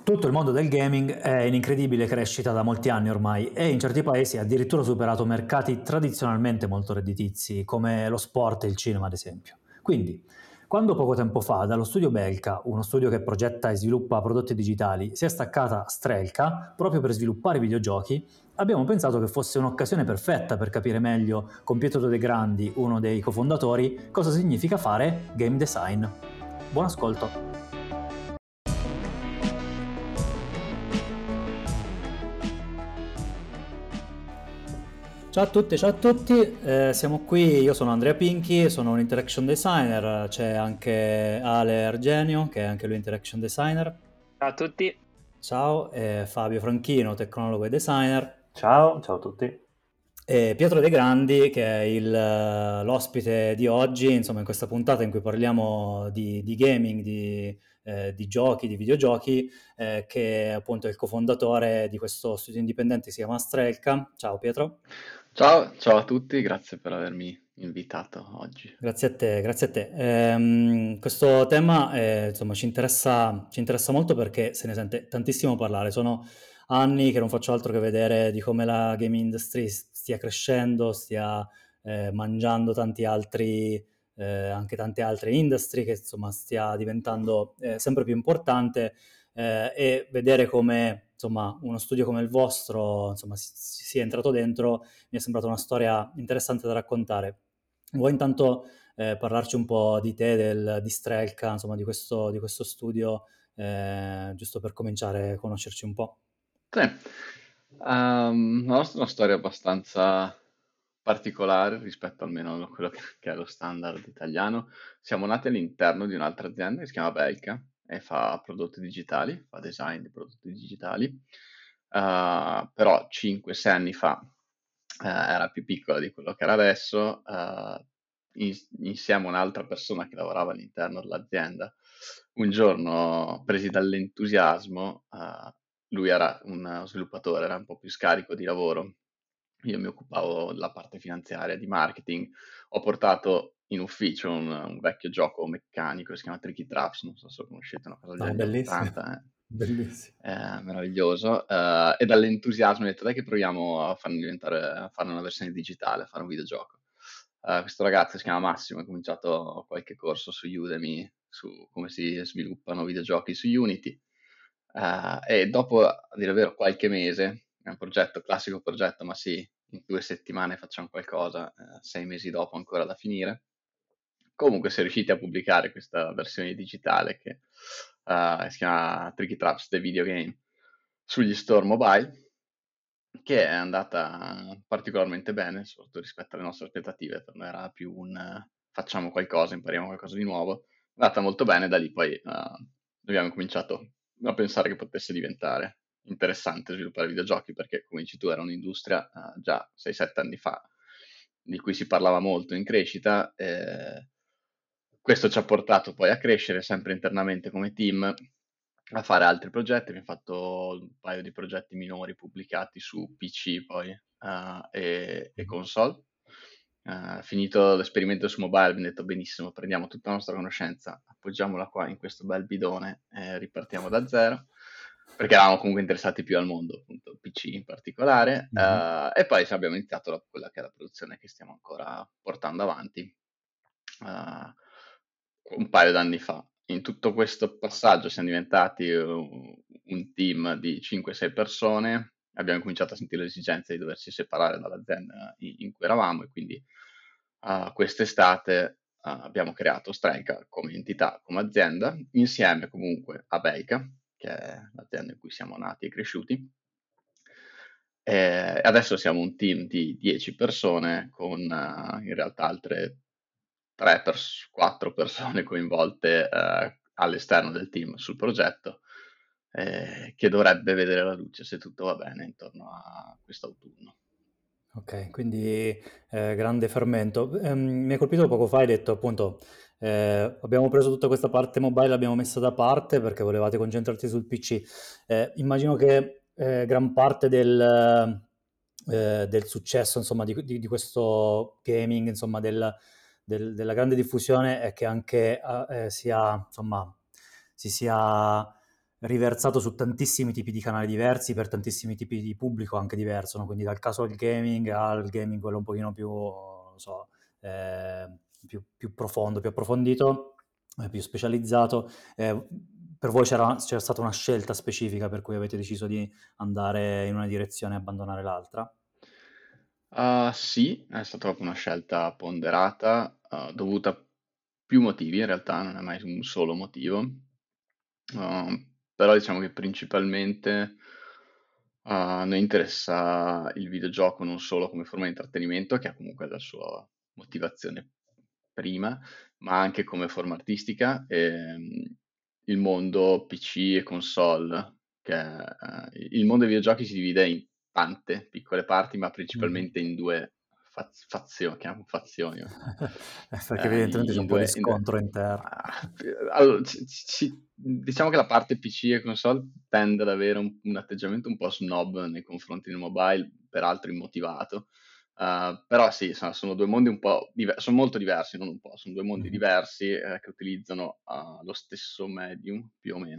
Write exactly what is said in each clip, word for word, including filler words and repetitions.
Tutto il mondo del gaming è in incredibile crescita da molti anni ormai e in certi paesi ha addirittura superato mercati tradizionalmente molto redditizi, come lo sport e il cinema, ad esempio. Quindi, quando poco tempo fa dallo studio Belka, uno studio che progetta e sviluppa prodotti digitali, si è staccata Strelka proprio per sviluppare videogiochi, abbiamo pensato che fosse un'occasione perfetta per capire meglio con Pietro De Grandi, uno dei cofondatori, cosa significa fare game design. Buon ascolto! Ciao a tutti, ciao a tutti, eh, siamo qui, io sono Andrea Pinchi, sono un interaction designer, c'è anche Ale Argenio che è anche lui interaction designer. Ciao a tutti. Ciao, e Fabio Franchino, tecnologo e designer. Ciao, ciao a tutti. E Pietro De Grandi che è il, eh, l'ospite di oggi, insomma in questa puntata in cui parliamo di, di gaming, di, eh, di giochi, di videogiochi, eh, che è appunto il cofondatore di questo studio indipendente che si chiama Strelka. Ciao Pietro. Ciao, ciao a tutti, grazie per avermi invitato oggi. Grazie a te, grazie a te. Ehm, questo tema eh, insomma, ci interessa, ci interessa molto perché se ne sente tantissimo parlare. Sono anni che non faccio altro che vedere di come la game industry stia crescendo, stia eh, mangiando tanti altri, eh, anche tante altre industry, che insomma stia diventando eh, sempre più importante eh, e vedere come insomma uno studio come il vostro insomma si, si è entrato dentro mi è sembrata una storia interessante da raccontare. Vuoi intanto eh, parlarci un po' di te, del, di Strelka, insomma di questo, di questo studio, eh, giusto per cominciare a conoscerci un po'? Sì, ehm, la nostra è una storia abbastanza particolare rispetto almeno a quello che che è lo standard italiano. Siamo nati all'interno di un'altra azienda che si chiama Belka e fa prodotti digitali, fa design di prodotti digitali. Eh, però cinque sei anni fa eh, era più piccola di quello che era adesso, eh, in- insieme a un'altra persona che lavorava all'interno dell'azienda. Un giorno, presi dall'entusiasmo, eh, lui era un sviluppatore, era un po' più scarico di lavoro. Io mi occupavo della parte finanziaria, di marketing. Ho portato in ufficio un, un vecchio gioco meccanico che si chiama Tricky Traps, non so se lo conoscete, una cosa degli No, anni bellissimo, ottanta. Eh. bellissimo. Eh, meraviglioso. Eh, e dall'entusiasmo ho detto, dai che proviamo a farne diventare, a fare una versione digitale, a fare un videogioco. Eh, questo ragazzo si chiama Massimo, ha cominciato qualche corso su Udemy, su come si sviluppano videogiochi su Unity. Eh, e dopo, a dire il vero, qualche mese, è un progetto, classico progetto, ma sì, in due settimane facciamo qualcosa, eh, sei mesi dopo ancora da finire. Comunque si è riusciti a pubblicare questa versione digitale che eh, si chiama Tricky Traps The Video Game sugli store mobile, che è andata particolarmente bene, soprattutto rispetto alle nostre aspettative. Per noi era più un eh, facciamo qualcosa, impariamo qualcosa di nuovo. È andata molto bene, da lì poi eh, abbiamo cominciato a pensare che potesse diventare interessante sviluppare videogiochi, perché come dici tu era un'industria eh, già sei sette anni fa di cui si parlava molto in crescita. Eh, questo ci ha portato poi a crescere sempre internamente come team, a fare altri progetti. Abbiamo fatto un paio di progetti minori pubblicati su P C poi eh, e, e console. Eh, finito l'esperimento su mobile, abbiamo detto benissimo, prendiamo tutta la nostra conoscenza, appoggiamola qua in questo bel bidone e ripartiamo da zero, perché eravamo comunque interessati più al mondo, appunto il P C in particolare. Mhm. Eh, e poi abbiamo iniziato la- quella che è la produzione che stiamo ancora portando avanti eh, un paio d'anni fa. In tutto questo passaggio siamo diventati un, un team di cinque sei persone, abbiamo cominciato a sentire l'esigenza di doversi separare dall'azienda in, in cui eravamo, e quindi uh, quest'estate uh, abbiamo creato Streka come entità, come azienda, insieme comunque a Beica, che è l'azienda in cui siamo nati e cresciuti. E adesso siamo un team di dieci persone con uh, in realtà altre tre quattro persone coinvolte eh, all'esterno del team sul progetto, eh, che dovrebbe vedere la luce, se tutto va bene, intorno a quest'autunno. Ok, quindi eh, grande fermento. Ehm, mi ha colpito poco fa, hai detto appunto, eh, abbiamo preso tutta questa parte mobile, l'abbiamo messa da parte perché volevate concentrarti sul P C. Eh, immagino che eh, gran parte del, eh, del successo, insomma, di, di- di questo gaming, insomma, del- del- della grande diffusione è che anche eh, sia, insomma, si sia riversato su tantissimi tipi di canali diversi per tantissimi tipi di pubblico anche diverso, no? Quindi dal casual gaming al gaming quello un pochino più, non so, eh, più, più profondo, più approfondito, eh, più specializzato. Eh, per voi c'era, c'era stata una scelta specifica per cui avete deciso di andare in una direzione e abbandonare l'altra? Uh, sì, è stata proprio una scelta ponderata, uh, dovuta a più motivi, in realtà non è mai un solo motivo. Uh, però diciamo che principalmente a noi interessa il videogioco non solo come forma di intrattenimento, che ha comunque la sua motivazione prima, ma anche come forma artistica. E, il mondo P C e console, che eh, il mondo dei videogiochi si divide in tante piccole parti, ma Mhm. principalmente in due faz- fazioni, chiamiamo fazioni, Perché eh, evidentemente c'è in un po' di due, in due- scontro interno. Ah, allora, ci- ci- diciamo che la parte P C e console tende ad avere un, un atteggiamento un po' snob nei confronti del mobile, peraltro immotivato. Uh, però sì, sono, sono due mondi un po' diversi, sono molto diversi, non un po', sono due mondi Mhm. diversi eh, che utilizzano uh, lo stesso medium, più o meno,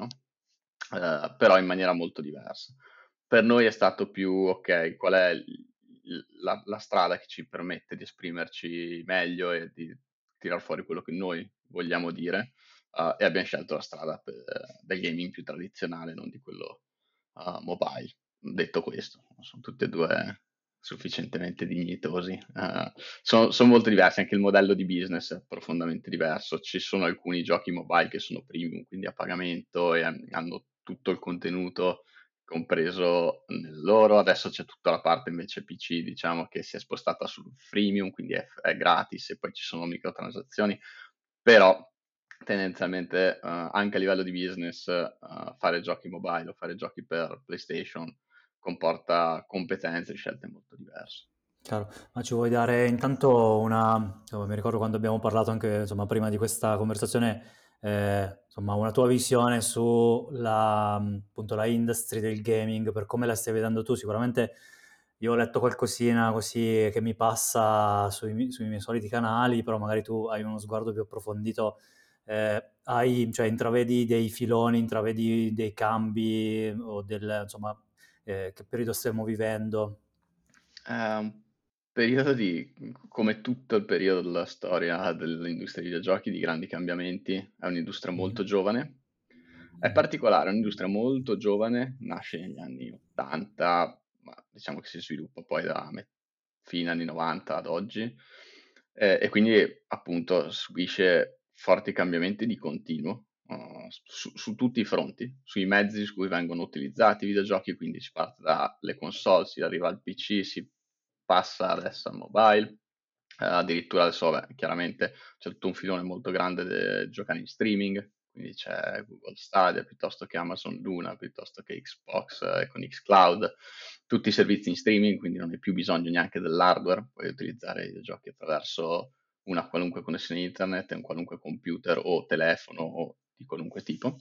uh, però in maniera molto diversa. Per noi è stato più, ok, qual è il- il- la, la strada che ci permette di esprimerci meglio e di tirar fuori quello che noi vogliamo dire, uh, e abbiamo scelto la strada per, del gaming più tradizionale, non di quello uh, mobile. Detto questo, sono tutti e due sufficientemente dignitosi. Uh, sono, sono molto diversi, anche il modello di business è profondamente diverso. Ci sono alcuni giochi mobile che sono premium, quindi a pagamento e hanno tutto il contenuto compreso nel loro. Adesso c'è tutta la parte invece P C, diciamo, che si è spostata sul freemium, quindi è, è gratis e poi ci sono microtransazioni, però tendenzialmente uh, anche a livello di business uh, fare giochi mobile o fare giochi per PlayStation comporta competenze e scelte molto diverse. Chiaro, ma ci vuoi dare intanto una, insomma, mi ricordo quando abbiamo parlato anche, insomma, prima di questa conversazione, eh, insomma, una tua visione sulla, mh, appunto, la industry del gaming, per come la stai vedendo tu. Sicuramente io ho letto qualcosina così che mi passa sui, mi- sui miei soliti canali, però magari tu hai uno sguardo più approfondito, eh, hai, cioè, intravedi dei filoni, intravedi dei cambi o del, insomma, eh, che periodo stiamo vivendo? È un periodo di, come tutto il periodo della storia dell'industria dei videogiochi, di grandi cambiamenti. È un'industria Mhm. molto giovane, è Mhm. particolare, è un'industria molto giovane, nasce negli anni ottanta, ma diciamo che si sviluppa poi da me- fine anni novanta ad oggi, eh, e quindi appunto subisce forti cambiamenti di continuo, uh, su, su tutti i fronti, sui mezzi su cui vengono utilizzati i videogiochi, quindi si parte dalle console, si arriva al P C, si passa adesso al mobile, eh, addirittura adesso vabbè, chiaramente c'è tutto un filone molto grande di giocare in streaming, quindi c'è Google Stadia piuttosto che Amazon Luna, piuttosto che Xbox eh, con xCloud, tutti i servizi in streaming, quindi non hai più bisogno neanche dell'hardware, puoi utilizzare i videogiochi attraverso una qualunque connessione internet, un qualunque computer o telefono o di qualunque tipo.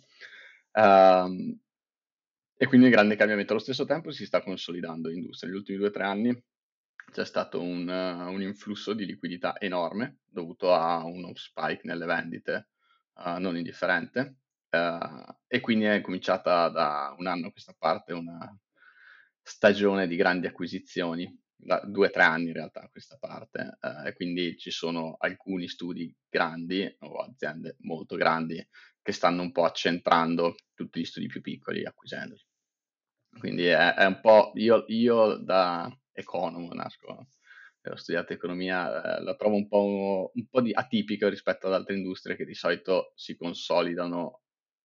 Um, e quindi un grande cambiamento. Allo stesso tempo si sta consolidando l'industria. Negli ultimi due o tre anni c'è stato un, uh, un influsso di liquidità enorme dovuto a uno spike nelle vendite uh, non indifferente. Uh, e quindi è cominciata da un anno a questa parte una stagione di grandi acquisizioni, da due o tre anni in realtà a questa parte, uh, e quindi ci sono alcuni studi grandi o aziende molto grandi che stanno un po' accentrando tutti gli studi più piccoli, acquisendoli. Quindi è, è un po', io, io da economo, nasco, ho studiato economia, eh, la trovo un po', un po' di atipica rispetto ad altre industrie che di solito si consolidano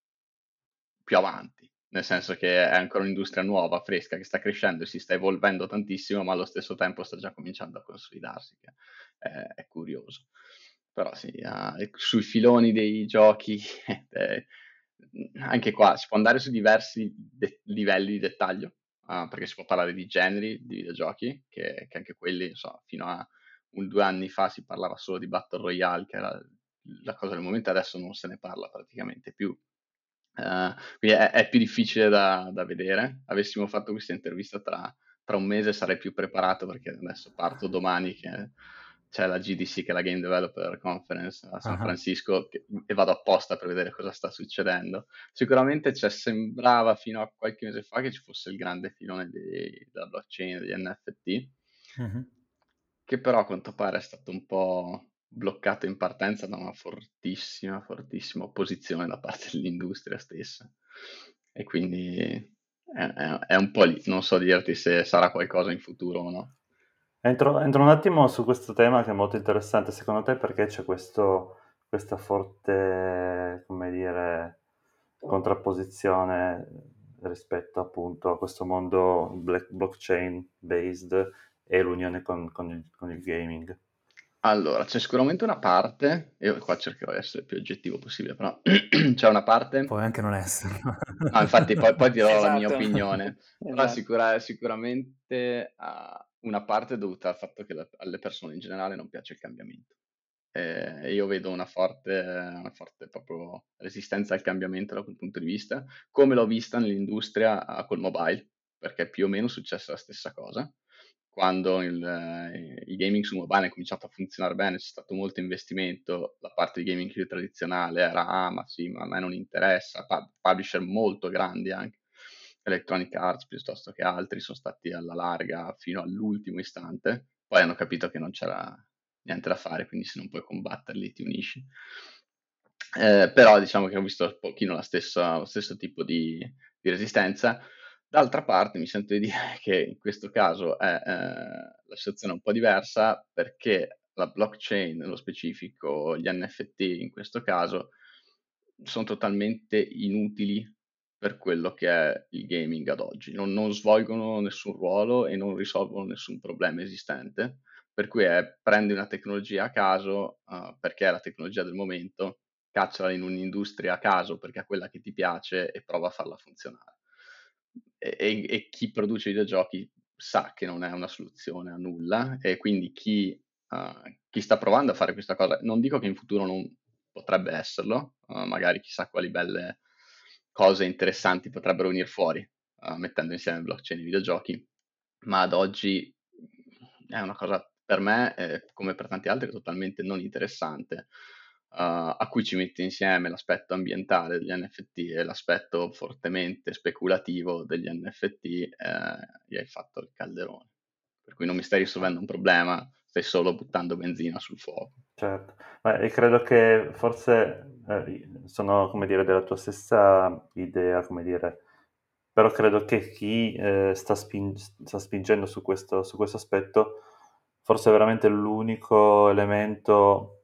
più avanti, nel senso che è ancora un'industria nuova, fresca, che sta crescendo e si sta evolvendo tantissimo, ma allo stesso tempo sta già cominciando a consolidarsi, che è, è curioso. Però sì, eh, sui filoni dei giochi, eh, anche qua si può andare su diversi de- livelli di dettaglio, eh, perché si può parlare di generi di videogiochi, che, che anche quelli, insomma, fino a un due anni fa si parlava solo di Battle Royale, che era la cosa del momento, adesso non se ne parla praticamente più. Uh, quindi è, è, più difficile da, da, vedere. Avessimo fatto questa intervista tra, tra, un mese sarei più preparato perché adesso parto domani che c'è la G D C, che è la Game Developer Conference a San Ah-ah. Francisco, che- e vado apposta per vedere cosa sta succedendo. Sicuramente cioè, sembrava fino a qualche mese fa che ci fosse il grande filone di- della blockchain, degli N F T, Mh-mh. che però a quanto pare è stato un po' bloccato in partenza da una fortissima, fortissima opposizione da parte dell'industria stessa. E quindi è, è- è un po' lì, non so dirti se sarà qualcosa in futuro o no. Entro, entro un attimo su questo tema che è molto interessante, secondo te perché c'è questo, questa forte, come dire, contrapposizione rispetto appunto a questo mondo black- blockchain based e l'unione con, con il, con il gaming? Allora, c'è sicuramente una parte, io qua cercherò di essere il più oggettivo possibile, però c'è una parte. Puoi anche non esserlo. No, infatti poi, poi dirò la mia Esatto, opinione, però esatto. sicura- sicuramente ah, una parte è dovuta al fatto che la- alle persone in generale non piace il cambiamento. Eh, io vedo una forte, una forte proprio resistenza al cambiamento da quel punto di vista, come l'ho vista nell'industria ah, col mobile, perché più o meno è successa la stessa cosa. Quando il, eh, il gaming su mobile è cominciato a funzionare bene, c'è stato molto investimento, la parte di gaming più tradizionale era, ah, ma sì, ma a me non interessa, pa- publisher molto grandi anche, Electronic Arts piuttosto che altri, sono stati alla larga fino all'ultimo istante, poi hanno capito che non c'era niente da fare, quindi se non puoi combatterli ti unisci. Eh, però diciamo che ho visto un pochino la stessa, lo stesso tipo di, di resistenza. D'altra parte mi sento di dire che in questo caso è, eh, la situazione è un po' diversa perché la blockchain, nello specifico gli N F T in questo caso, sono totalmente inutili per quello che è il gaming ad oggi. Non, non svolgono nessun ruolo e non risolvono nessun problema esistente, per cui è prendi una tecnologia a caso, eh, perché è la tecnologia del momento, cacciala in un'industria a caso perché è quella che ti piace e prova a farla funzionare. E, e- e chi produce videogiochi sa che non è una soluzione a nulla e quindi chi, eh, chi sta provando a fare questa cosa, non dico che in futuro non potrebbe esserlo, eh, magari chissà quali belle cose interessanti potrebbero venire fuori, eh, mettendo insieme blockchain e videogiochi, ma ad oggi è una cosa per me, eh, come per tanti altri, totalmente non interessante, uh, a cui ci mette insieme l'aspetto ambientale degli N F T e l'aspetto fortemente speculativo degli N F T, eh, gli hai fatto il calderone. Per cui non mi stai risolvendo un problema, stai solo buttando benzina sul fuoco. Certo, ma e credo che forse eh, sono, come dire, della tua stessa idea, come dire, però credo che chi eh, sta, spin- sta spingendo su questo, su questo aspetto, forse è veramente l'unico elemento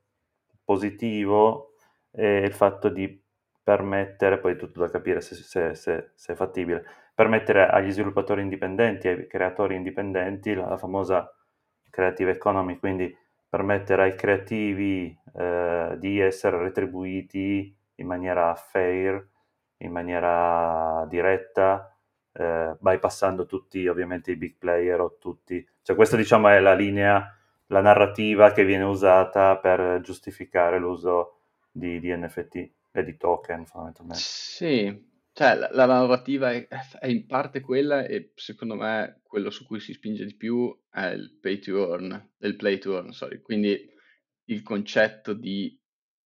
positivo è il fatto di permettere, poi è tutto da capire se, se- se- se è fattibile, permettere agli sviluppatori indipendenti, ai creatori indipendenti, la, la famosa creative economy, quindi permettere ai creativi eh, di essere retribuiti in maniera fair, in maniera diretta, eh, bypassando tutti ovviamente i big player o tutti. Cioè questa diciamo è la linea, la narrativa che viene usata per giustificare l'uso di, di N F T e di token fondamentalmente. Sì, cioè la, la narrativa è, è in parte quella e secondo me quello su cui si spinge di più è il pay to earn, il play to earn, sorry. Quindi il concetto di,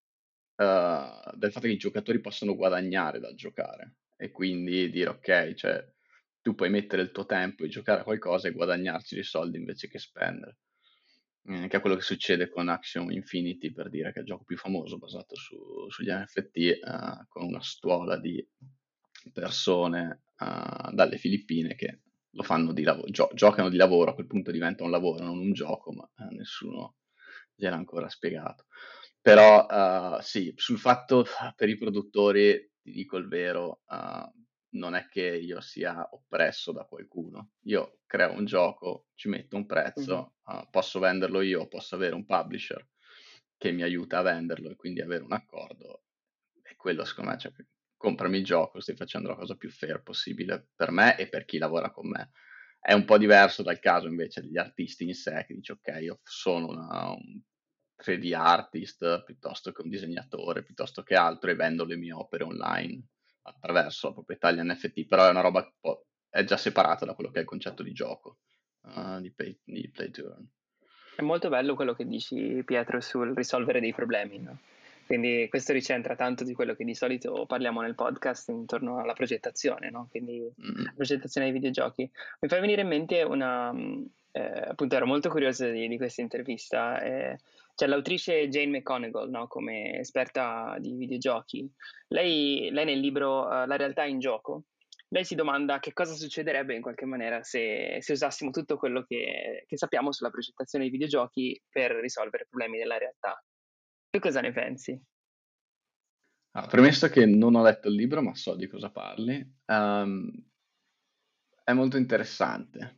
eh, del fatto che i giocatori possono guadagnare dal giocare e quindi dire ok, cioè tu puoi mettere il tuo tempo e giocare a qualcosa e guadagnarci dei soldi invece che spendere. Mm, che è quello che succede con Axiom Infinity, per dire che è il gioco più famoso basato su- sugli N F T, eh, con una stuola di persone eh, dalle Filippine che lo fanno di lavoro, gio- giocano di lavoro, a quel punto diventa un lavoro, non un gioco, ma eh, nessuno gliel'ha ancora spiegato. Però eh, sì, sul fatto per i produttori, ti dico il vero, eh, non è che io sia oppresso da qualcuno. Io creo un gioco, ci metto un Mhm. prezzo, uh, posso venderlo io, posso avere un publisher che mi aiuta a venderlo e quindi avere un accordo. E quello secondo me, cioè, comprami il gioco, stai facendo la cosa più fair possibile per me e per chi lavora con me. È un po' diverso dal caso invece degli artisti in sé, che dice ok, io sono una, un tre D artist piuttosto che un disegnatore, piuttosto che altro e vendo le mie opere online attraverso la proprietà degli N F T, però è una roba che po- è già separata da quello che è il concetto di gioco, uh, di, pay, di play to earn. È molto bello quello che dici, Pietro, sul risolvere dei problemi, no? Quindi questo ricentra tanto di quello che di solito parliamo nel podcast intorno alla progettazione, no? Quindi la Mm. progettazione dei videogiochi. Mi fa venire in mente una... mh, eh, appunto ero molto curioso di, di questa intervista. Eh, c'è l'autrice Jane McGonigal, no? Come esperta di videogiochi. Lei, lei nel libro eh, La realtà in gioco, lei si domanda che cosa succederebbe in qualche maniera se, se usassimo tutto quello che, che sappiamo sulla progettazione dei videogiochi per risolvere problemi della realtà. Tu cosa ne pensi? Ah, premesso che non ho letto il libro, ma so di cosa parli, ehm, è molto interessante.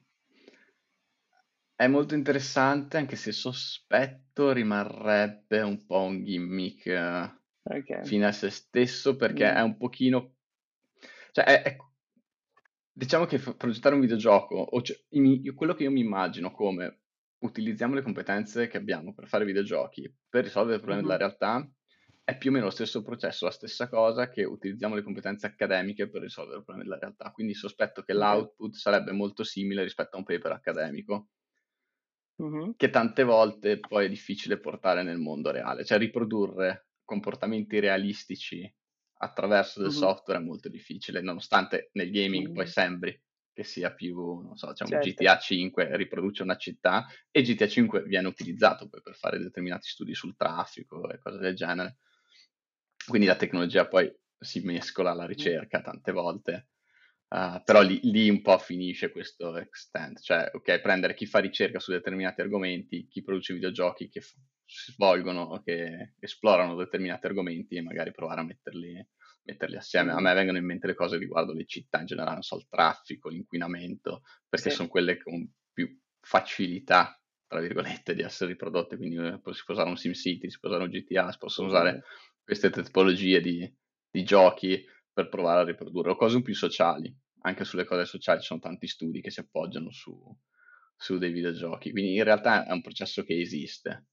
È molto interessante, anche se sospetto rimarrebbe un po' un gimmick eh, Ok. fine a se stesso, perché Mm. è un pochino... Cioè, è, è- diciamo che f- progettare un videogioco, o cioè, i mi- io- quello che io mi immagino come utilizziamo le competenze che abbiamo per fare videogiochi, per risolvere i problemi della Mhm. realtà, è più o meno lo stesso processo, la stessa cosa che utilizziamo le competenze accademiche per risolvere i problemi della realtà. Quindi sospetto che Ok. l'output sarebbe molto simile rispetto a un paper accademico, Mhm. che tante volte poi è difficile portare nel mondo reale, cioè riprodurre comportamenti realistici attraverso del Mhm. software è molto difficile, nonostante nel gaming poi Mhm. sembri che sia più, non so, diciamo Certo. G T A cinque riproduce una città e G T A cinque viene utilizzato poi per fare determinati studi sul traffico e cose del genere. Quindi la tecnologia poi si mescola alla Mhm. ricerca tante volte. Uh, però lì, lì un po' finisce questo extent, cioè ok, prendere chi fa ricerca su determinati argomenti, chi produce videogiochi che f- svolgono, che esplorano determinati argomenti e magari provare a metterli, metterli assieme. A Mhm. me vengono in mente le cose riguardo le città in generale, non so, il traffico, l'inquinamento, perché Sì. sono quelle con più facilità, tra virgolette, di essere riprodotte, quindi eh, si può usare un SimCity, si può usare un G T A, si possono usare Assolutamente. queste tipologie di, di giochi per provare a riprodurre, o cose più sociali. Anche sulle cose sociali ci sono tanti studi che si appoggiano su, su dei videogiochi, quindi in realtà è un processo che esiste.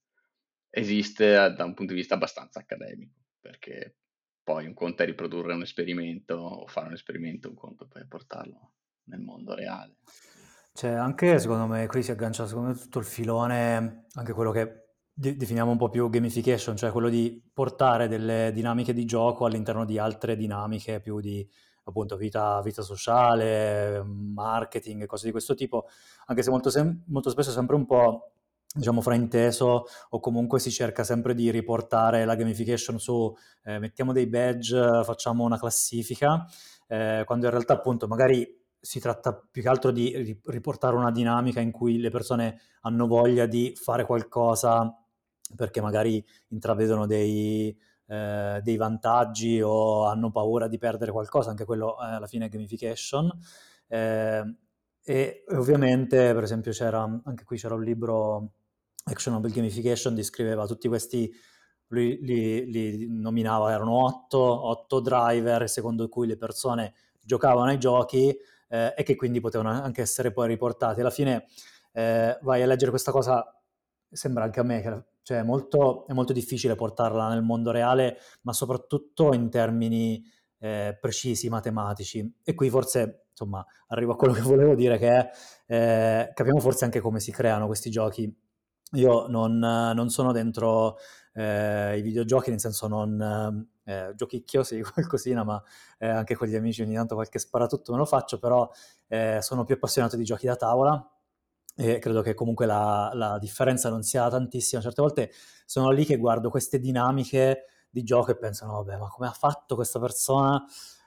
Esiste eh, da un punto di vista abbastanza accademico, perché poi un conto è riprodurre un esperimento o fare un esperimento, un conto poi è portarlo nel mondo reale. Cioè, anche secondo me qui si aggancia secondo me tutto il filone, anche quello che de- definiamo un po' più gamification, cioè quello di portare delle dinamiche di gioco all'interno di altre dinamiche più di appunto vita, vita sociale, marketing e cose di questo tipo, anche se molto, sem- molto spesso è sempre un po', diciamo, frainteso o comunque si cerca sempre di riportare la gamification su eh, mettiamo dei badge, facciamo una classifica, eh, quando in realtà appunto magari si tratta più che altro di ri- riportare una dinamica in cui le persone hanno voglia di fare qualcosa perché magari intravedono dei, eh, dei vantaggi o hanno paura di perdere qualcosa, anche quello eh, alla fine è gamification. Eh, e ovviamente, per esempio, c'era anche qui c'era un libro Actionable Gamification, descriveva tutti questi, lui li, li nominava, erano otto, otto driver secondo cui le persone giocavano ai giochi eh, e che quindi potevano anche essere poi riportati. Alla fine eh, vai a leggere questa cosa, sembra anche a me che cioè, è, molto, è molto difficile portarla nel mondo reale, ma soprattutto in termini eh, precisi, matematici. E qui forse, insomma, arrivo a quello che volevo dire, che è, eh, capiamo forse anche come si creano questi giochi. Io non, non sono dentro eh, i videogiochi, nel senso non eh, giochicchio, sì, qualcosina, ma eh, anche con gli amici ogni tanto qualche sparatutto me lo faccio, però eh, sono più appassionato di giochi da tavola e credo che comunque la, la differenza non sia tantissima. Certe volte sono lì che guardo queste dinamiche di gioco e penso, no, vabbè, ma come ha fatto questa persona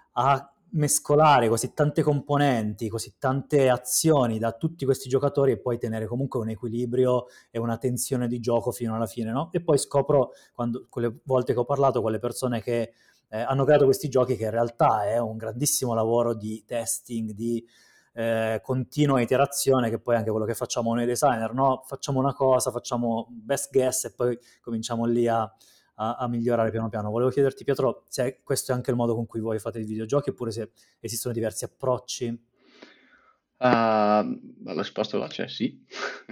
a mescolare così tante componenti, così tante azioni da tutti questi giocatori e poi tenere comunque un equilibrio e una tensione di gioco fino alla fine, no? E poi scopro, quando, quelle volte che ho parlato con le persone che eh, hanno creato questi giochi, che in realtà è un grandissimo lavoro di testing, di eh, continua iterazione, che poi è anche quello che facciamo noi designer, no? Facciamo una cosa, facciamo best guess e poi cominciamo lì a, a, a migliorare piano piano. Volevo chiederti, Pietro, se questo è anche il modo con cui voi fate i videogiochi oppure se esistono diversi approcci. Uh, la risposta là c'è sì.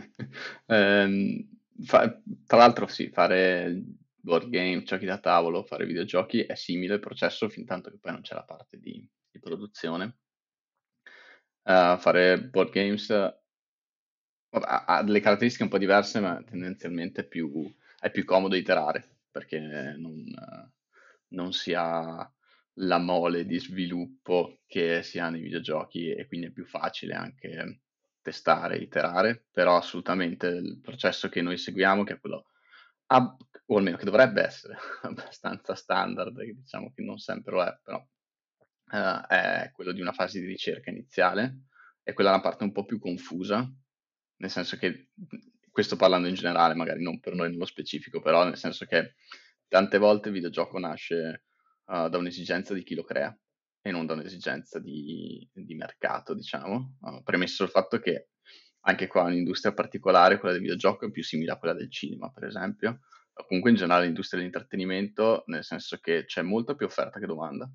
Ehm, fa- tra l'altro sì, fare board game, giochi da tavolo, fare videogiochi è simile il processo fin tanto che poi non c'è la parte di, di produzione. Uh, fare board games Vabbè, ha ha delle caratteristiche un po' diverse, ma tendenzialmente è più, è più comodo iterare, perché non, non si ha la mole di sviluppo che si ha nei videogiochi e quindi è più facile anche testare, iterare, però assolutamente il processo che noi seguiamo, che è quello, ab- o almeno che dovrebbe essere abbastanza standard, che diciamo che non sempre lo è, però eh, è quello di una fase di ricerca iniziale, e quella è la parte un po' più confusa, nel senso che, questo parlando in generale, magari non per noi nello specifico, però nel senso che tante volte il videogioco nasce uh, da un'esigenza di chi lo crea e non da un'esigenza di, di mercato, diciamo. Uh, premesso il fatto che anche qua un'industria particolare, quella del videogioco, è più simile a quella del cinema, per esempio, o comunque in generale l'industria dell'intrattenimento, nel senso che c'è molta più offerta che domanda.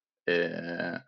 E,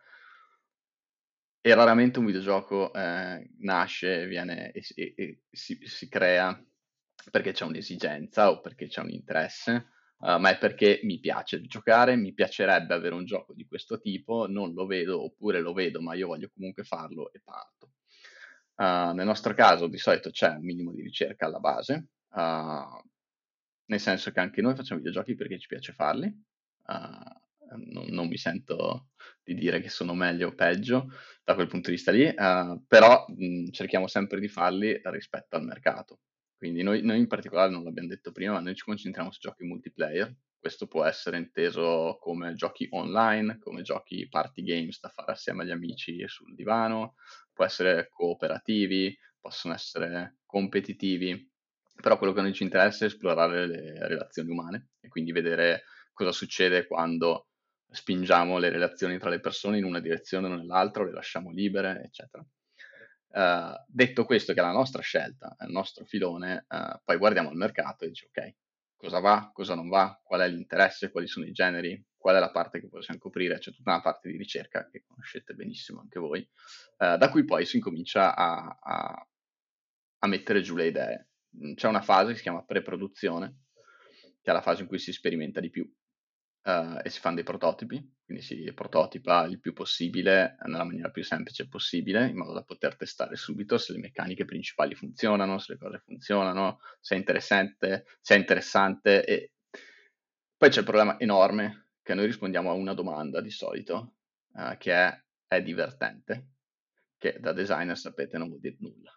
e raramente un videogioco eh, nasce, viene e, e- e si, si crea perché c'è un'esigenza o perché c'è un interesse, uh, ma è perché mi piace giocare, mi piacerebbe avere un gioco di questo tipo, non lo vedo oppure lo vedo, ma io voglio comunque farlo e parto. Uh, nel nostro caso di solito c'è un minimo di ricerca alla base, uh, nel senso che anche noi facciamo videogiochi perché ci piace farli. Uh, non, non mi sento di dire che sono meglio o peggio da quel punto di vista lì, uh, però mh, cerchiamo sempre di farli rispetto al mercato. Quindi noi, noi in particolare, non l'abbiamo detto prima, ma noi ci concentriamo su giochi multiplayer. Questo può essere inteso come giochi online, come giochi party games da fare assieme agli amici sul divano, può essere cooperativi, possono essere competitivi, però quello che a noi ci interessa è esplorare le relazioni umane e quindi vedere cosa succede quando spingiamo le relazioni tra le persone in una direzione o nell'altra, o le lasciamo libere, eccetera. Uh, detto questo, che è la nostra scelta, è il nostro filone, uh, poi guardiamo il mercato e dici ok, cosa va, cosa non va, qual è l'interesse, quali sono i generi, qual è la parte che possiamo coprire, c'è tutta una parte di ricerca che conoscete benissimo anche voi, uh, da cui poi si incomincia a, a, a mettere giù le idee. C'è una fase che si chiama pre-produzione, che è la fase in cui si sperimenta di più uh, e si fanno dei prototipi, quindi si prototipa il più possibile nella maniera più semplice possibile, in modo da poter testare subito se le meccaniche principali funzionano, se le cose funzionano, se è interessante, se è interessante. E poi c'è il problema enorme che noi rispondiamo a una domanda di solito, uh, che è: è divertente? Che da designer, sapete, non vuol dire nulla.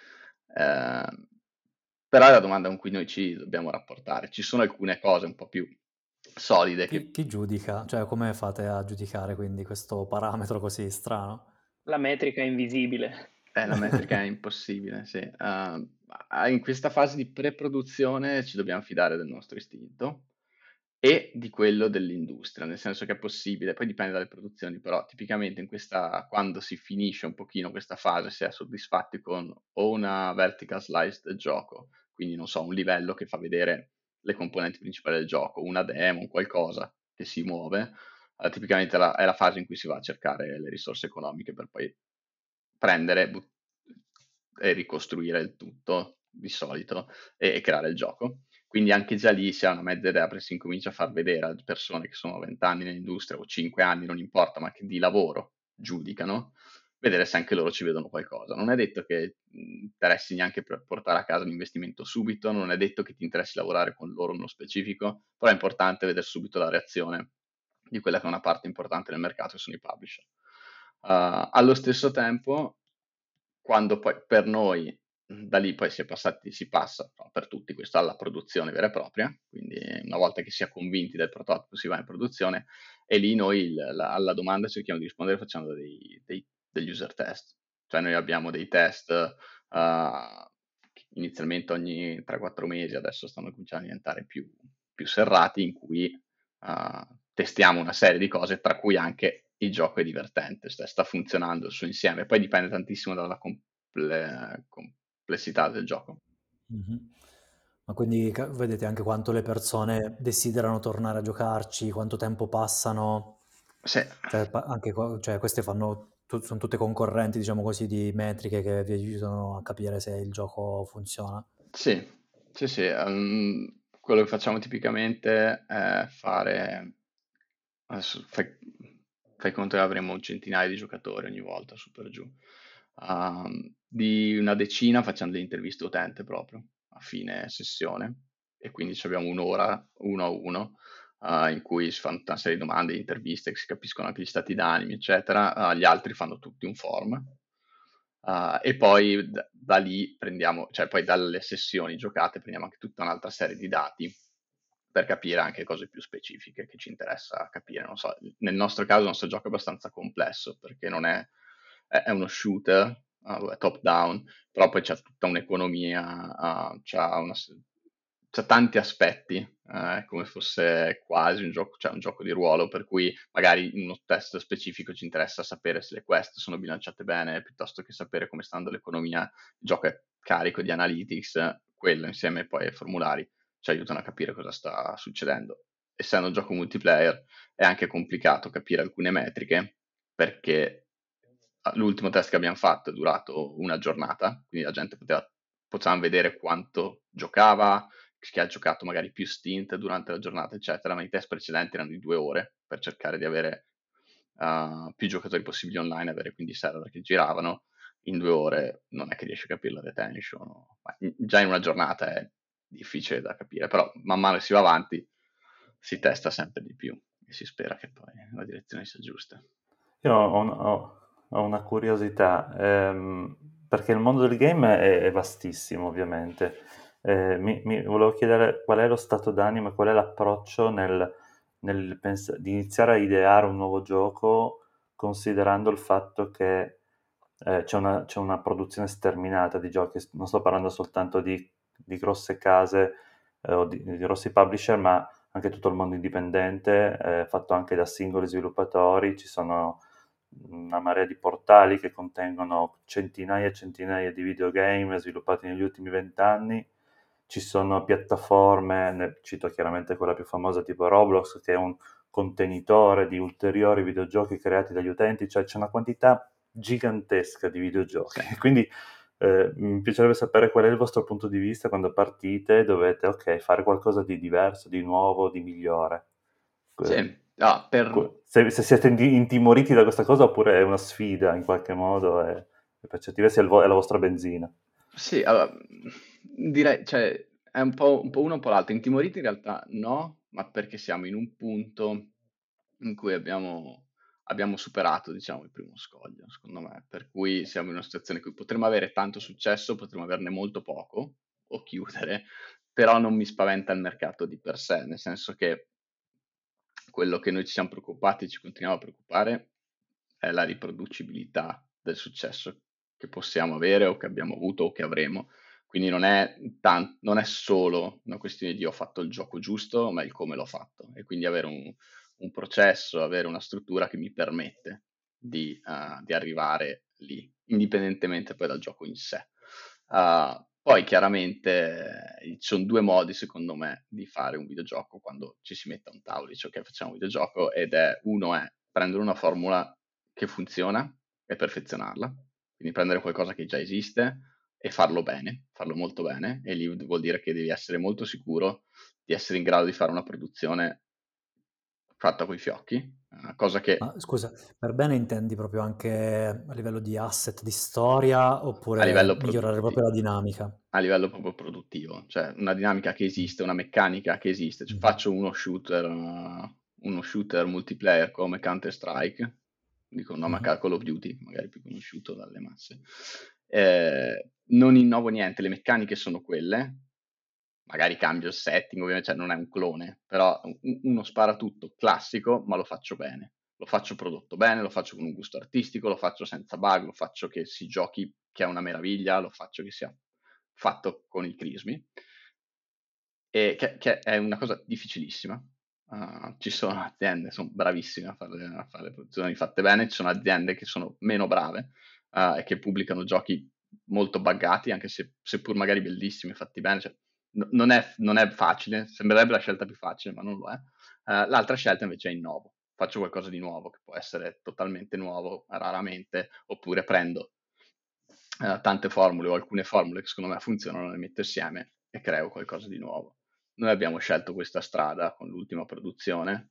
Uh, però è la domanda con cui noi ci dobbiamo rapportare. Ci sono alcune cose un po' più solide che Chi, chi giudica? Cioè, come fate a giudicare quindi questo parametro così strano? La metrica è invisibile. Eh, la metrica è impossibile, sì. Uh, in questa fase di pre-produzione ci dobbiamo fidare del nostro istinto e di quello dell'industria, nel senso che è possibile, poi dipende dalle produzioni, però tipicamente in questa, quando si finisce un pochino questa fase, si è soddisfatti con o una vertical slice del gioco, quindi non so, un livello che fa vedere le componenti principali del gioco, una demo, qualcosa che si muove, uh, tipicamente la, è la fase in cui si va a cercare le risorse economiche per poi prendere but- e ricostruire il tutto di solito e, e creare il gioco. Quindi anche già lì si ha una mezza idea, perché si incomincia a far vedere a persone che sono venti anni nell'industria o cinque anni, non importa, ma che di lavoro giudicano, vedere se anche loro ci vedono qualcosa. Non è detto che mh, interessi neanche per portare a casa un investimento subito, non è detto che ti interessi lavorare con loro nello specifico, però è importante vedere subito la reazione di quella che è una parte importante del mercato, che sono i publisher. Uh, allo stesso tempo, quando poi per noi da lì poi si è passati, si passa no, per tutti questo alla produzione vera e propria, quindi una volta che si è convinti del prototipo si va in produzione e lì noi il, la, alla domanda cerchiamo di rispondere facendo dei, dei, degli user test, cioè noi abbiamo dei test uh, inizialmente ogni tre quattro mesi, adesso stanno cominciando a diventare più, più serrati, in cui uh, testiamo una serie di cose, tra cui anche il gioco è divertente, sta, sta funzionando il suo insieme, poi dipende tantissimo dalla comple- complessità del gioco. Mhm. Ma quindi ca- vedete anche quanto le persone desiderano tornare a giocarci, quanto tempo passano, Sì, cioè, pa- anche qua- cioè, queste fanno, tu- sono tutte concorrenti, diciamo così, di metriche che vi aiutano a capire se il gioco funziona. sì, sì, sì. um, quello che facciamo tipicamente è fare, adesso fai, fai conto che avremo un centinaio di giocatori ogni volta, su per giù. Um, di una decina facciamo delle interviste utente proprio a fine sessione, e quindi ci abbiamo un'ora uno a uno uh, in cui si fanno tutta una serie di domande, interviste, che si capiscono anche gli stati d'animo, eccetera. Uh, gli altri fanno tutti un form. Uh, e poi da, da lì prendiamo, cioè poi dalle sessioni giocate prendiamo anche tutta un'altra serie di dati per capire anche cose più specifiche che ci interessa capire. Non so, nel nostro caso il nostro gioco è abbastanza complesso perché non è, è, è uno shooter, uh, è top down, però poi c'è tutta un'economia, uh, c'ha, una, c'ha tanti aspetti, eh, come fosse quasi un gioco, cioè un gioco di ruolo, per cui magari in uno test specifico ci interessa sapere se le quest sono bilanciate bene, piuttosto che sapere come sta andando l'economia. Il gioco è carico di analytics, quello insieme poi ai formulari ci aiutano a capire cosa sta succedendo. Essendo un gioco multiplayer è anche complicato capire alcune metriche, perché l'ultimo test che abbiamo fatto è durato una giornata, quindi la gente poteva, potevamo vedere quanto giocava, chi ha giocato magari più stint durante la giornata, eccetera, ma i test precedenti erano di due ore per cercare di avere uh, più giocatori possibili online, avere quindi server che giravano. In due ore non è che riesci a capire la retention, ma già in una giornata è difficile da capire, però man mano che si va avanti si testa sempre di più e si spera che poi la direzione sia giusta. Io ho, un- ho- ho una curiosità, ehm, perché il mondo del game è, è vastissimo, ovviamente. Eh, mi, mi volevo chiedere qual è lo stato d'animo e qual è l'approccio nel, nel pens- di iniziare a ideare un nuovo gioco, considerando il fatto che eh, c'è una, c'è una produzione sterminata di giochi. Non sto parlando soltanto di, di grosse case eh, o di, di grossi publisher, ma anche tutto il mondo indipendente, eh, fatto anche da singoli sviluppatori. Ci sono una marea di portali che contengono centinaia e centinaia di videogame sviluppati negli ultimi vent'anni. Ci sono piattaforme, ne cito chiaramente quella più famosa tipo Roblox, che è un contenitore di ulteriori videogiochi creati dagli utenti, cioè c'è una quantità gigantesca di videogiochi. Sì. Quindi eh, mi piacerebbe sapere qual è il vostro punto di vista quando partite e dovete, ok, fare qualcosa di diverso, di nuovo, di migliore. Sì. Ah, per... Se, se siete indi- intimoriti da questa cosa oppure è una sfida in qualche modo e, e per certi versi è, il vo- è la vostra benzina. Sì, allora, direi, cioè, è un po', un po' uno, un po' l'altro. Intimoriti in realtà no, ma perché siamo in un punto in cui abbiamo, abbiamo superato, diciamo, il primo scoglio, secondo me. Per cui siamo in una situazione in cui potremmo avere tanto successo, potremmo averne molto poco, o chiudere, però non mi spaventa il mercato di per sé, nel senso che quello che noi ci siamo preoccupati e ci continuiamo a preoccupare è la riproducibilità del successo che possiamo avere o che abbiamo avuto o che avremo. Quindi non è, tan- non è solo una questione di ho fatto il gioco giusto, ma il come l'ho fatto. E quindi avere un, un processo, avere una struttura che mi permette di, uh, di arrivare lì, indipendentemente poi dal gioco in sé. Uh, poi chiaramente eh, ci sono due modi, secondo me, di fare un videogioco quando ci si mette a un tavolo e dice ok, facciamo un videogioco, ed è, uno è prendere una formula che funziona e perfezionarla, quindi prendere qualcosa che già esiste e farlo bene, farlo molto bene, e lì vuol dire che devi essere molto sicuro di essere in grado di fare una produzione fatta coi fiocchi, una cosa che Ma scusa, per bene intendi proprio anche a livello di asset, di storia, a livello oppure migliorare proprio produttivo, la dinamica? a livello proprio produttivo, cioè una dinamica che Mh. esiste, una meccanica che esiste. Cioè, Mh-mh. faccio uno shooter, uh, uno shooter multiplayer come Counter-Strike, dico un nome a Mh-mh. caso, Call of Duty, magari più conosciuto dalle masse. Eh, non innovo niente, le meccaniche sono quelle, magari cambio il setting, ovviamente, cioè non è un clone, però un- uno spara tutto classico, ma lo faccio bene. Lo faccio prodotto bene, lo faccio con un gusto artistico, lo faccio senza bug, lo faccio che si giochi, che è una meraviglia, lo faccio che sia fatto con i crismi, e che, che è una cosa difficilissima. Uh, ci sono aziende che sono bravissime a fare, a fare le produzioni fatte bene, ci sono aziende che sono meno brave uh, e che pubblicano giochi molto buggati, anche se seppur magari bellissimi, fatti bene. Cioè, n- non, è, non è facile, sembrerebbe la scelta più facile, ma non lo è. Uh, l'altra scelta invece è innovo, faccio qualcosa di nuovo, che può essere totalmente nuovo, raramente, oppure prendo uh, tante formule o alcune formule che secondo me funzionano, le metto insieme e creo qualcosa di nuovo. Noi abbiamo scelto questa strada con l'ultima produzione,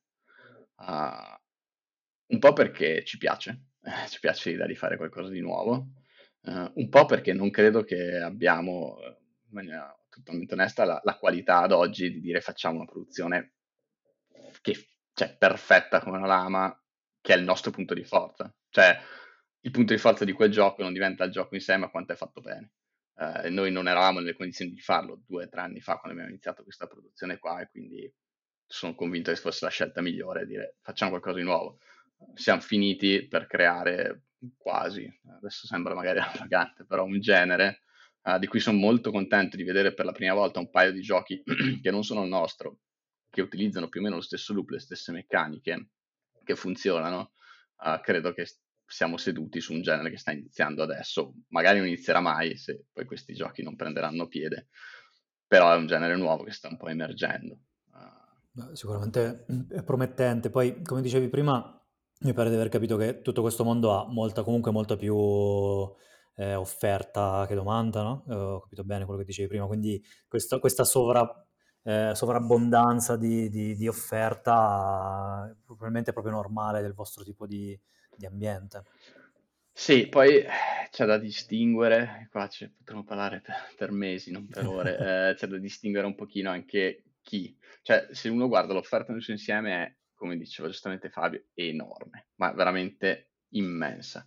uh, un po' perché ci piace, eh, ci piace l'idea di fare qualcosa di nuovo, Uh, un po' perché non credo che abbiamo, in maniera totalmente onesta, la, la qualità ad oggi di dire facciamo una produzione che cioè perfetta come una lama, che è il nostro punto di forza. Cioè, il punto di forza di quel gioco non diventa il gioco in sé, ma quanto è fatto bene. Uh, noi non eravamo nelle condizioni di farlo due o tre anni fa quando abbiamo iniziato questa produzione qua, e quindi sono convinto che fosse la scelta migliore dire facciamo qualcosa di nuovo. Siamo finiti per creare quasi, adesso sembra magari arrogante, però un genere uh, di cui sono molto contento di vedere per la prima volta un paio di giochi che non sono il nostro, che utilizzano più o meno lo stesso loop, le stesse meccaniche, che funzionano. Uh, credo che siamo seduti su un genere che sta iniziando adesso, magari non inizierà mai se poi questi giochi non prenderanno piede, però è un genere nuovo che sta un po' emergendo. Uh, Sicuramente è promettente. Poi, come dicevi prima, mi pare di aver capito che tutto questo mondo ha molta, comunque molta più eh, offerta che domanda, no? Eh, ho capito bene quello che dicevi prima, quindi questa, questa sovra, eh, sovrabbondanza di, di- di offerta eh, probabilmente è proprio normale del vostro tipo di, di ambiente. Sì, poi eh, c'è da distinguere, qua ci potremmo parlare per, per mesi, non per ore, eh, c'è da distinguere un pochino anche chi. Cioè, se uno guarda l'offerta nel suo insieme è, come diceva giustamente Fabio, enorme, ma veramente immensa.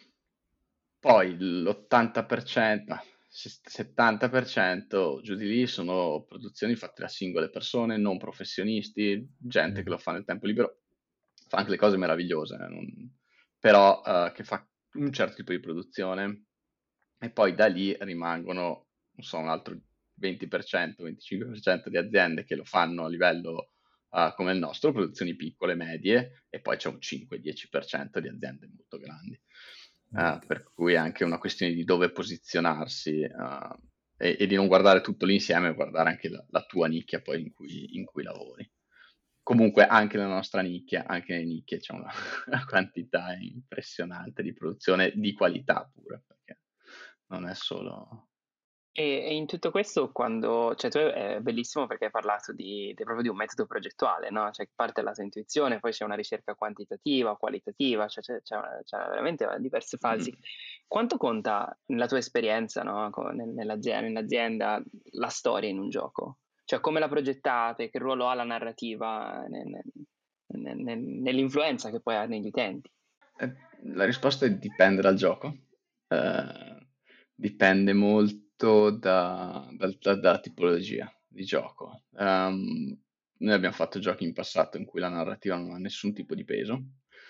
Poi l'ottanta per cento, ma se- settanta per cento giù di lì sono produzioni fatte da singole persone, non professionisti, gente che Mm. lo fa nel tempo libero, fa anche le cose meravigliose, eh, non- però eh, che fa un certo tipo di produzione, e poi da lì rimangono, non so, un altro venti per cento, venticinque per cento di aziende che lo fanno a livello eh, come il nostro, produzioni piccole, medie, e poi c'è un cinque-dieci per cento di aziende molto grandi. Eh, Big. per cui è anche una questione di dove posizionarsi, eh, e, e di non guardare tutto l'insieme, ma guardare anche la, la tua nicchia poi in cui, in cui lavori. Comunque anche nella nostra nicchia, anche nelle nicchie c'è una, una quantità impressionante di produzione di qualità pure, perché non è solo... E, e in tutto questo, quando, cioè tu è bellissimo perché hai parlato di, di- proprio di un metodo progettuale, no? Cioè parte dalla tua intuizione, poi c'è una ricerca quantitativa, qualitativa, cioè c'è, c'è una- c'è veramente diverse fasi. Mm. Quanto conta nella tua esperienza, no? Co- nel- nell'azienda, nell'azienda la storia in un gioco? Cioè come la progettate, che ruolo ha la narrativa nel- nel- nel- nell'influenza che poi ha negli utenti? Eh, La risposta è dipende dal gioco. Eh, dipende molto da- dal- da- dalla tipologia di gioco. Ehm, noi abbiamo fatto giochi in passato in cui la narrativa non ha nessun tipo di peso,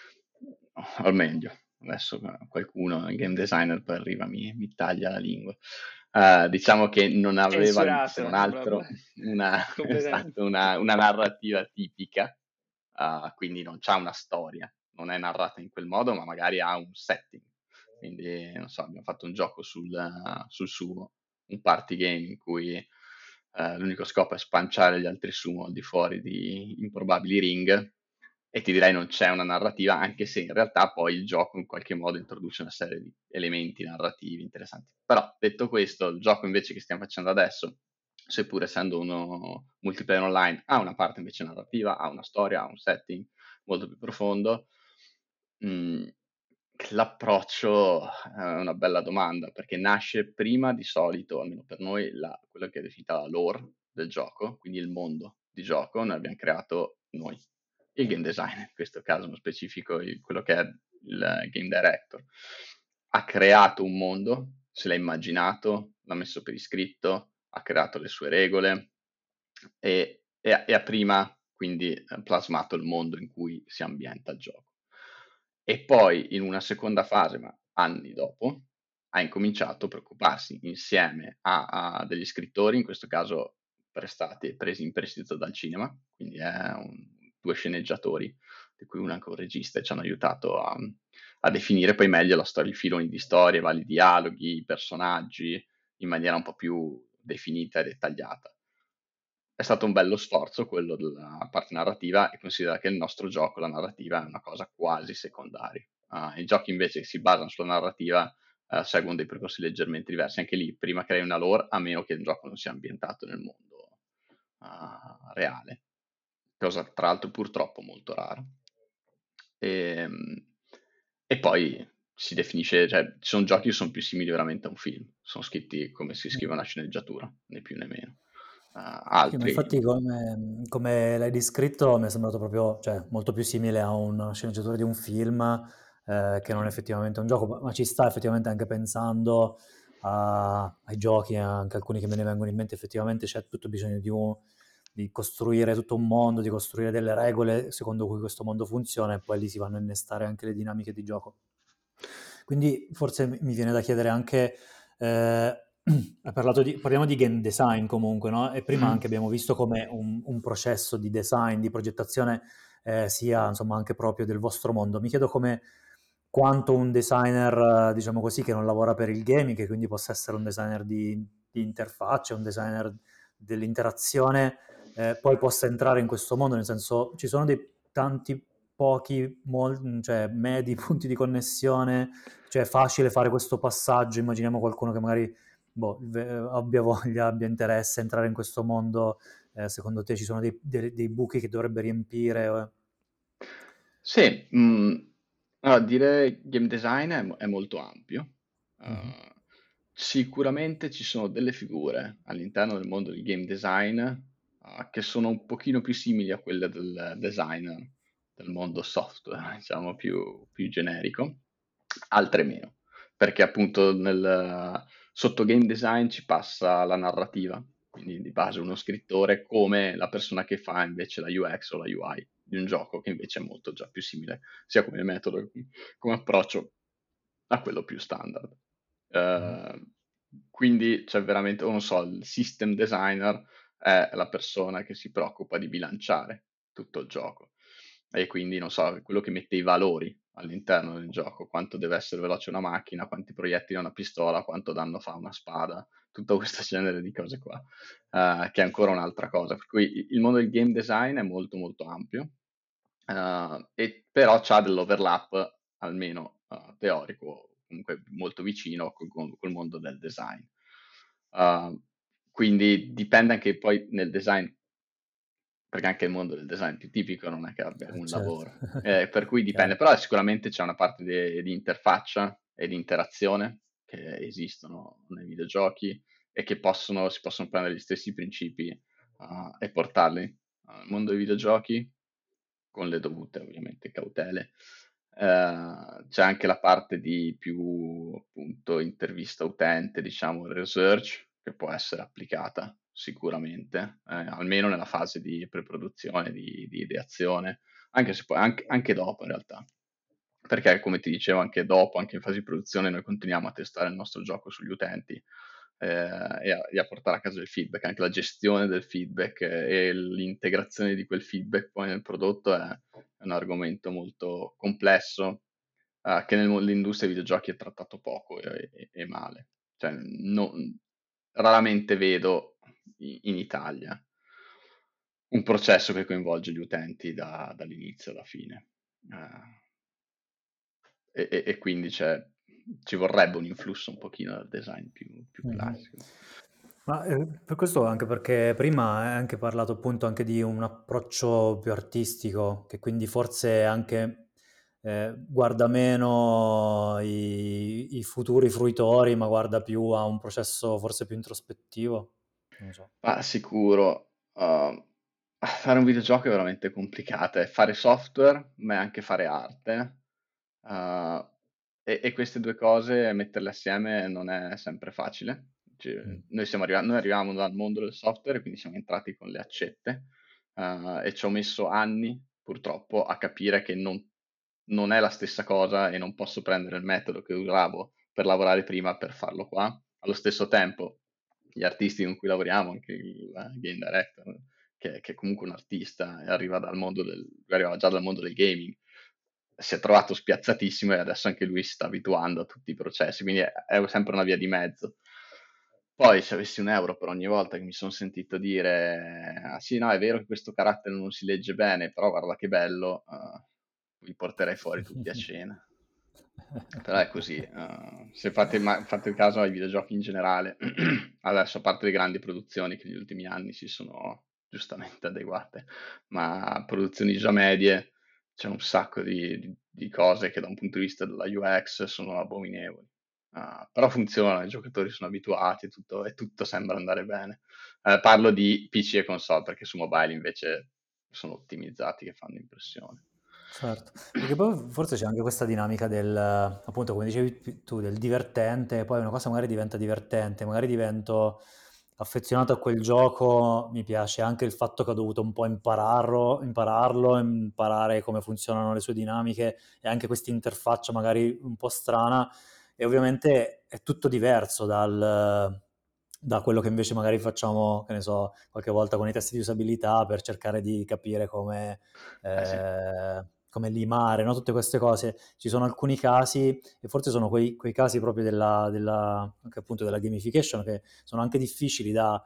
o meglio, adesso qualcuno, il game designer, poi arriva e mi, mi taglia la lingua. Eh, diciamo che non aveva, se non Censurato, altro, proprio. una, Completamente. esatto, una, una narrativa tipica, eh, quindi non c'ha una storia, non è narrata in quel modo, ma magari ha un setting. Quindi, non so, abbiamo fatto un gioco sul, sul sumo, un party game in cui eh, l'unico scopo è spanciare gli altri sumo al di fuori di improbabili ring, e ti direi non c'è una narrativa, anche se in realtà poi il gioco in qualche modo introduce una serie di elementi narrativi interessanti. Però, detto questo, il gioco invece che stiamo facendo adesso, seppur essendo uno multiplayer online, ha una parte invece narrativa, ha una storia, ha un setting molto più profondo. Mm, L'approccio è una bella domanda, perché nasce prima di solito, almeno per noi, la, quello che è definita la lore del gioco, quindi il mondo di gioco, noi abbiamo creato noi, il game designer, in questo caso nello specifico il- quello che è il game director, ha creato un mondo, se l'ha immaginato, l'ha messo per iscritto, ha creato le sue regole e, e, e ha prima quindi eh, plasmato il mondo in cui si ambienta il gioco. E poi in una seconda fase, ma anni dopo, ha incominciato a preoccuparsi insieme a, a degli scrittori, in questo caso prestati, presi in prestito dal cinema, quindi è un, due sceneggiatori, di cui uno è anche un regista, e ci hanno aiutato a, a definire poi meglio la storia, i filoni di storia, i vari dialoghi, i personaggi, in maniera un po' più definita e dettagliata. È stato un bello sforzo quello della parte narrativa, e considera che il nostro gioco, la narrativa, è una cosa quasi secondaria. Uh, I giochi invece che si basano sulla narrativa uh, seguono dei percorsi leggermente diversi. Anche lì, prima crei una lore, a meno che il gioco non sia ambientato nel mondo uh, reale, cosa tra l'altro purtroppo molto rara. E, e poi si definisce, cioè ci sono giochi che sono più simili veramente a un film, sono scritti come si scrive una sceneggiatura, né più né meno. Uh, Sì, ma altri, infatti come, come l'hai descritto mi è sembrato proprio, cioè, molto più simile a una sceneggiatura di un film eh, che non sì. effettivamente un gioco, ma ma ci sta effettivamente anche pensando a- ai giochi, anche alcuni che me ne vengono in mente, effettivamente c'è tutto bisogno di, un- di costruire tutto un mondo, di costruire delle regole secondo cui questo mondo funziona e poi lì si vanno a innestare anche le dinamiche di gioco. Quindi forse mi mi viene da chiedere anche, eh, hai parlato di, parliamo di game design comunque, no? E prima Mhm. anche abbiamo visto come un, un processo di design, di progettazione eh, sia insomma anche proprio del vostro mondo. Mi chiedo come quanto un designer, eh, diciamo così, che non lavora per il gaming, che quindi possa essere un designer di, di interfacce, un designer dell'interazione, eh, poi possa entrare in questo mondo, nel senso ci sono dei tanti pochi, mol- cioè medi punti di connessione, cioè è facile fare questo passaggio, immaginiamo qualcuno che magari boh, ve- abbia voglia, abbia interesse a entrare in questo mondo, eh, secondo te ci sono dei, dei- dei buchi che dovrebbe riempire? eh? Sì, mm, allora, dire game design è, mo- è molto ampio. Mhm. Uh, sicuramente ci sono delle figure all'interno del mondo del game design, uh, che sono un pochino più simili a quelle del designer del mondo software, diciamo più, più generico, altre meno, perché appunto nel, sotto game design ci passa la narrativa, quindi di base uno scrittore come la persona che fa invece la U X o la U I di un gioco, che invece è molto già più simile, sia come metodo che come approccio a quello più standard. Mhm. Eh, quindi c'è veramente, non so, il system designer è la persona che si preoccupa di bilanciare tutto il gioco e quindi, non so, quello che mette i valori all'interno del gioco, quanto deve essere veloce una macchina, quanti proiettili ha una pistola, quanto danno fa una spada, tutto questo genere di cose qua, eh, che è ancora un'altra cosa. Per cui il mondo del game design è molto molto ampio, eh, e però c'ha dell'overlap, almeno eh, teorico, comunque molto vicino col, col mondo del design. Uh, quindi dipende anche poi nel design, perché anche il mondo del design più tipico non è che abbia Eh, un certo, lavoro, eh, per cui dipende, chiaro. però sicuramente c'è una parte di, di interfaccia e di interazione che esistono nei videogiochi e che possono, si possono prendere gli stessi principi uh, e portarli al mondo dei videogiochi con le dovute ovviamente cautele. Eh, c'è anche la parte di più appunto intervista utente, diciamo research, che può essere applicata sicuramente, eh, almeno nella fase di pre-produzione, di, di ideazione, anche se poi anche, anche dopo in realtà. Perché come ti dicevo anche dopo, anche in fase di produzione, noi continuiamo a testare il nostro gioco sugli utenti eh, e, a, e a portare a casa il feedback, anche la gestione del feedback e l'integrazione di quel feedback poi nel prodotto è, è un argomento molto complesso eh, che nell'industria dei videogiochi è trattato poco e, e- e male. Cioè, no- raramente vedo i- in Italia un processo che coinvolge gli utenti da- dall'inizio alla fine. Eh, e, e- e quindi c'è- ci vorrebbe un influsso un pochino dal design più, più Mhm. classico. Ma eh, per questo anche perché prima hai anche parlato appunto anche di un approccio più artistico, che quindi forse anche eh, guarda meno i, i futuri fruitori, ma guarda più a un processo forse più introspettivo. Non lo so. Ma sicuro, uh, fare un videogioco è veramente complicato, è fare software, ma è anche fare arte. Uh, e, e queste due cose, metterle assieme non è sempre facile. Cioè, Mm. noi, siamo arrivati, noi arriviamo dal mondo del software, quindi siamo entrati con le accette, uh, e ci ho messo anni, purtroppo, a capire che non, non è la stessa cosa e non posso prendere il metodo che usavo per lavorare prima per farlo qua. Allo stesso tempo, gli artisti con cui lavoriamo, anche il uh, game director, che, che è comunque un artista e arriva dal mondo del, arriva già dal mondo del gaming, si è trovato spiazzatissimo e adesso anche lui si sta abituando a tutti i processi, quindi è, è sempre una via di mezzo. Poi se avessi un euro per ogni volta che mi sono sentito dire ah sì, no, è vero che questo carattere non si legge bene, però guarda che bello, uh, vi porterei fuori tutti a cena. Però è così, uh, se fate, ma, fate caso ai videogiochi in generale, adesso a parte le grandi produzioni che negli ultimi anni si sono giustamente adeguate, ma produzioni già medie, c'è un sacco di, di- di cose che da un punto di vista della U X sono abominevoli. Uh, però funziona, i giocatori sono abituati tutto, e tutto sembra andare bene. Uh, parlo di P C e console, perché su mobile invece sono ottimizzati che fanno impressione. Certo, perché poi forse c'è anche questa dinamica del, appunto, come dicevi tu, del divertente, poi una cosa magari diventa divertente, magari divento affezionato a quel gioco, mi piace anche il fatto che ho dovuto un po' impararlo, impararlo, imparare come funzionano le sue dinamiche e anche questa interfaccia magari un po' strana, e ovviamente è tutto diverso dal, da quello che invece magari facciamo, che ne so, qualche volta con i test di usabilità per cercare di capire come... Eh sì. Eh, come limare, no? Tutte queste cose. Ci sono alcuni casi, e forse sono quei, quei casi proprio della, della, anche appunto della gamification, che sono anche difficili da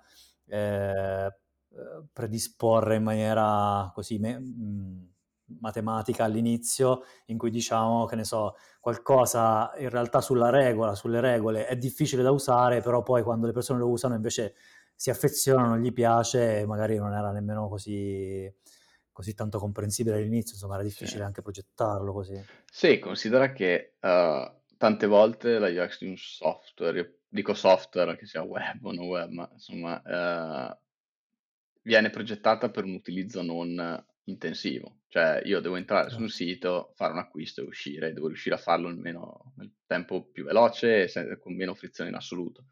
eh, predisporre in maniera così me, mh, matematica all'inizio, in cui diciamo, che ne so, qualcosa in realtà sulla regola, sulle regole è difficile da usare, però poi quando le persone lo usano invece si affezionano, gli piace, e magari non era nemmeno così così tanto comprensibile all'inizio, insomma era difficile Sì. anche progettarlo così. Sì, considera che uh, tante volte la U X di un software, io dico software che sia web o non web, ma insomma uh, viene progettata per un utilizzo non intensivo. Cioè io devo entrare su un sito, fare un acquisto e uscire, devo riuscire a farlo nel, meno, nel tempo più veloce e se- con meno frizione in assoluto.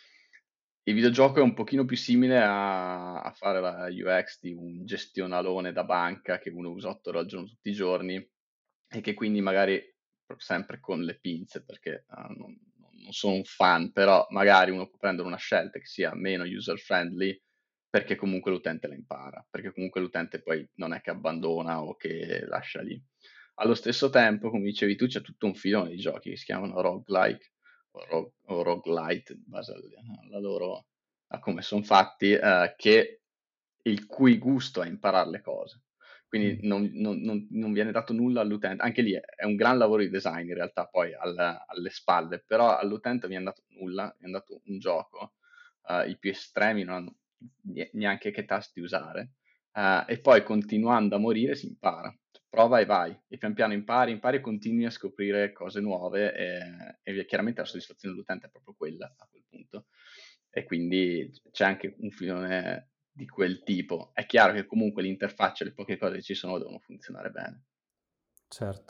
Il videogioco è un pochino più simile a, a fare la U X di un gestionalone da banca che uno usa otto ore al giorno tutti i giorni e che quindi magari, sempre con le pinze, perché uh, non, non sono un fan, però magari uno può prendere una scelta che sia meno user friendly perché comunque l'utente la impara, perché comunque l'utente poi non è che abbandona o che lascia lì. Allo stesso tempo, come dicevi tu, c'è tutto un filone di giochi che si chiamano roguelike o, rog- o roguelite, in base al- alla loro, a come sono fatti, eh, che il cui gusto è imparare le cose. Quindi Mm. non, non- non- non viene dato nulla all'utente, anche lì è, è un gran lavoro di design in realtà poi al- alle spalle, però all'utente viene dato nulla, viene dato un gioco, eh, i più estremi non hanno nie- neanche che tasti usare, eh, e poi continuando a morire si impara. Prova e vai, e pian piano impari, impari e continui a scoprire cose nuove e, e chiaramente la soddisfazione dell'utente è proprio quella a quel punto. E quindi c'è anche un filone di quel tipo. È chiaro che comunque l'interfaccia e le poche cose che ci sono devono funzionare bene. Certo.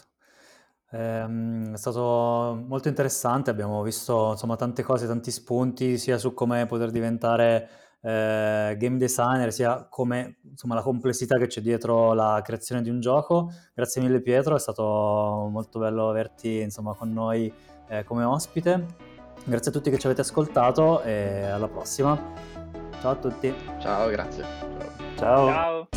Ehm, è stato molto interessante, abbiamo visto insomma tante cose, tanti spunti, sia su come poter diventare eh, game designer, sia come insomma la complessità che c'è dietro la creazione di un gioco. Grazie mille Pietro, è stato molto bello averti insomma con noi eh, come ospite. Grazie a tutti che ci avete ascoltato e alla prossima. Ciao a tutti. Ciao, grazie. Ciao. Ciao. Ciao.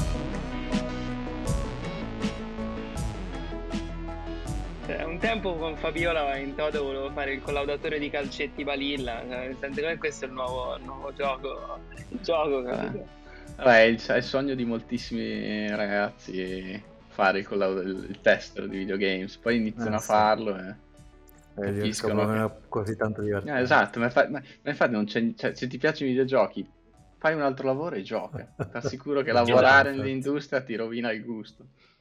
Eh, Un tempo con Fabiola in toto volevo fare il collaudatore di calcetti Balilla, cioè, senti come questo è il nuovo, il nuovo gioco, il gioco, capito? Vabbè, è il, è il sogno di moltissimi ragazzi fare il, collaud- il tester di videogames, poi iniziano Eh, a sì. farlo e Eh, capiscono che... non è così tanto Eh, divertente. esatto, ma, fa- ma- ma infatti non c'è, cioè, se ti piacciono i videogiochi, fai un altro lavoro e gioca. Ti assicuro che Gioca, lavorare infatti. nell'industria ti rovina il gusto.